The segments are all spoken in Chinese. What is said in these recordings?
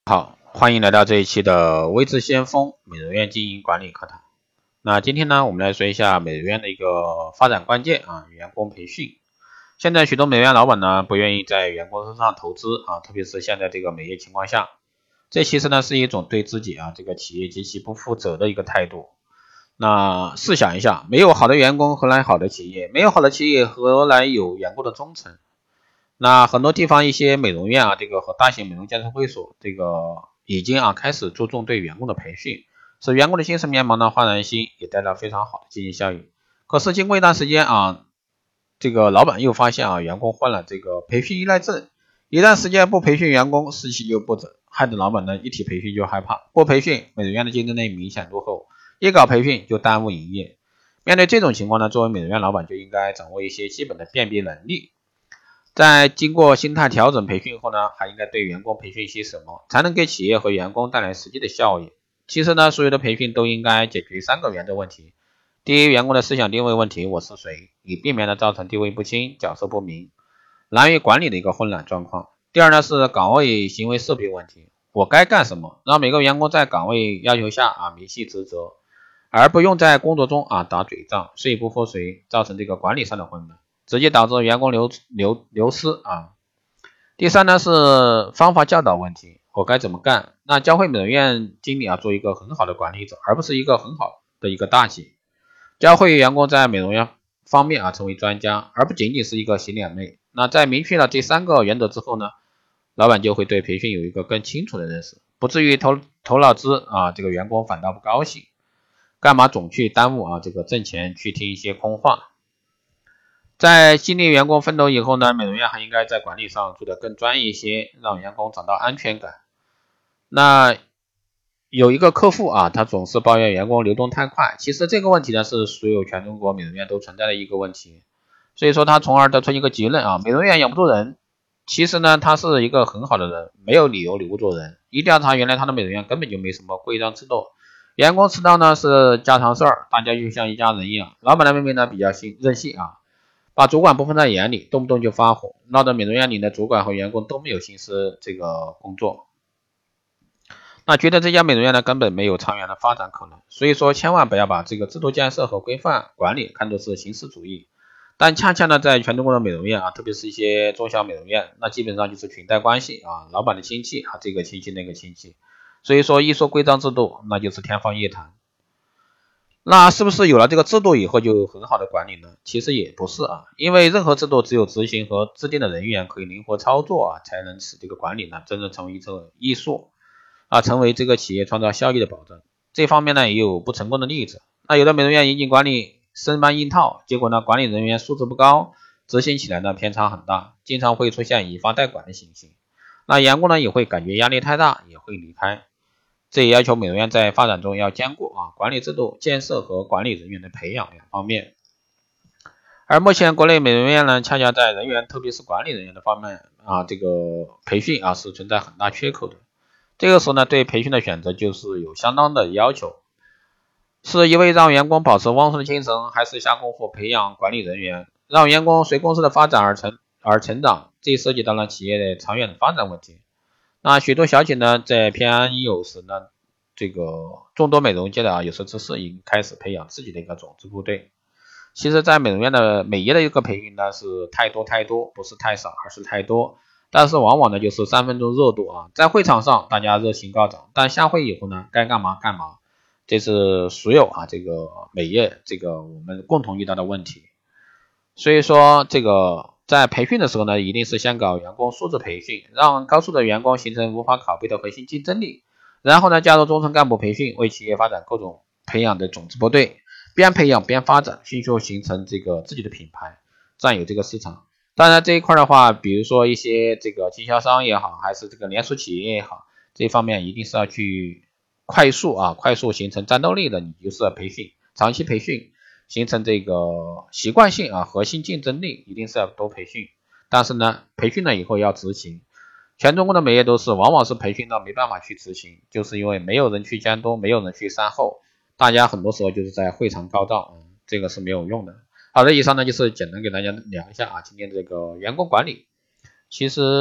好，欢迎来到这一期的微智先锋美容院经营管理课堂。那今天呢，我们来说一下美容院的一个发展关键员工培训。现在许多美容院老板呢，不愿意在员工身上投资特别是现在这个美业情况下，这其实呢是一种对自己这个企业极其不负责的一个态度。那试想一下，没有好的员工，何来好的企业？没有好的企业，何来有员工的忠诚？那很多地方一些美容院这个和大型美容健身会所这个已经开始注重对员工的培训，使员工的精神面貌呢焕然新，也带来非常好的经济效益。可是经过一段时间这个老板又发现员工患了这个培训依赖症，一段时间不培训员工，士气就不振，害得老板呢一提培训就害怕，不培训美容院的竞争力明显落后，一搞培训就耽误营业。面对这种情况呢，作为美容院老板就应该掌握一些基本的辨别能力。在经过心态调整培训后呢，还应该对员工培训些什么，才能给企业和员工带来实际的效益。其实呢，所有的培训都应该解决3个原则问题。第一，员工的思想定位问题，我是谁，以避免造成地位不清、角色不明、难于管理的一个混乱状况。第二呢，是岗位行为识别问题，我该干什么，让每个员工在岗位要求下明细职责，而不用在工作中打嘴仗，谁不服谁，造成这个管理上的混乱，直接导致员工流失第三呢是方法教导问题，我该怎么干？那教会美容院经理做一个很好的管理者，而不是一个很好的一个大姐，教会员工在美容院方面成为专家，而不仅仅是一个洗脸妹。那在明确了这3个原则之后呢，老板就会对培训有一个更清楚的认识，不至于投了资这个员工反倒不高兴，干嘛总去耽误这个挣钱，去听一些空话。在激励员工奋斗以后呢，美容院还应该在管理上做得更专业一些，让员工找到安全感。那有一个客户他总是抱怨员工流动太快，其实这个问题呢是所有全中国美容院都存在的一个问题，所以说他从而得出一个结论美容院养不住人。其实呢他是一个很好的人，没有理由留不住人。一调查，原来他的美容院根本就没什么规章制度，员工迟到呢是家常事儿，大家就像一家人一样。老板的妹妹呢比较任性把主管不放在眼里，动不动就发火，闹得美容院里的主管和员工都没有心思这个工作。那觉得这家美容院呢根本没有长远的发展可能，所以说千万不要把这个制度建设和规范管理看作是形式主义。但恰恰呢在全中国的美容院特别是一些中小美容院，那基本上就是裙带关系老板的亲戚这个亲戚那个亲戚，所以说一说规章制度那就是天方夜谭。那是不是有了这个制度以后就有很好的管理呢？其实也不是因为任何制度只有执行和制定的人员可以灵活操作才能使这个管理呢真正成为一个艺术成为这个企业创造效益的保证。这方面呢也有不成功的例子。那有的美容院引进管理生搬硬套，结果呢管理人员素质不高，执行起来呢偏差很大，经常会出现以房代管的情形。那员工呢也会感觉压力太大，也会离开。这也要求美容院在发展中要兼顾管理制度建设和管理人员的培养2方面。而目前国内美容院呢恰恰在人员特别是管理人员的方面这个培训是存在很大缺口的。这个时候呢对培训的选择就是有相当的要求，是一味让员工保持旺盛的精神，还是下功夫培养管理人员，让员工随公司的发展而成长，这涉及到了企业的长远的发展问题。那许多小企呢在偏安有时呢，这个众多美容界的有识之士已经开始培养自己的一个种子部队。其实在美容院的美业的一个培训呢是太多，不是太少，而是太多。但是往往呢就是3分钟热度在会场上大家热情高涨，但下会以后呢该干嘛干嘛，这是所有这个美业这个我们共同遇到的问题。所以说这个在培训的时候呢一定是先搞员工素质培训，让高素质的员工形成无法拷贝的核心竞争力，然后呢加入中层干部培训，为企业发展各种培养的种子部队，边培养边发展，迅速形成这个自己的品牌，占有这个市场。当然这一块的话，比如说一些这个经销商也好，还是这个连锁企业也好，这一方面一定是要去快速形成战斗力的，你就是要培训，长期培训，形成这个习惯性核心竞争力，一定是要多培训。但是呢培训了以后要执行，全中国的美业都是往往是培训到没办法去执行，就是因为没有人去监督，没有人去善后，大家很多时候就是在会场高照这个是没有用的。好的，以上呢就是简单给大家聊一下今天这个员工管理。其实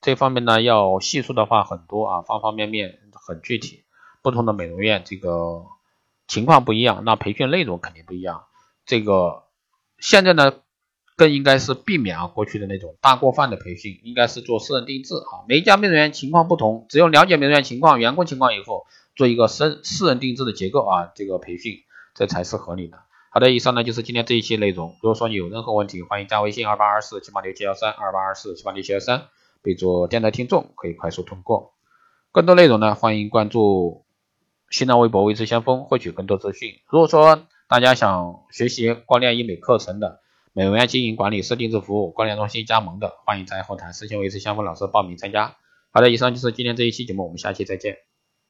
这方面呢要细说的话很多啊，方方面面很具体，不同的美容院这个情况不一样，那培训内容肯定不一样。这个现在呢更应该是避免过去的那种大锅饭的培训，应该是做私人定制啊。每一家美容院情况不同，只有了解美容院情况、员工情况以后，做一个私人定制的结构啊，这个培训这才是合理的。好的，以上呢就是今天这一期内容。如果说你有任何问题，欢迎加微信2824786713，2824786713，备注电台听众，可以快速通过。更多内容呢，欢迎关注新浪微博微知先锋，获取更多资讯。如果说大家想学习光电医美课程的，美容院经营管理、私定制服务、光电中心加盟的，欢迎在后台私信微知先锋老师报名参加。好的，以上就是今天这一期节目，我们下期再见。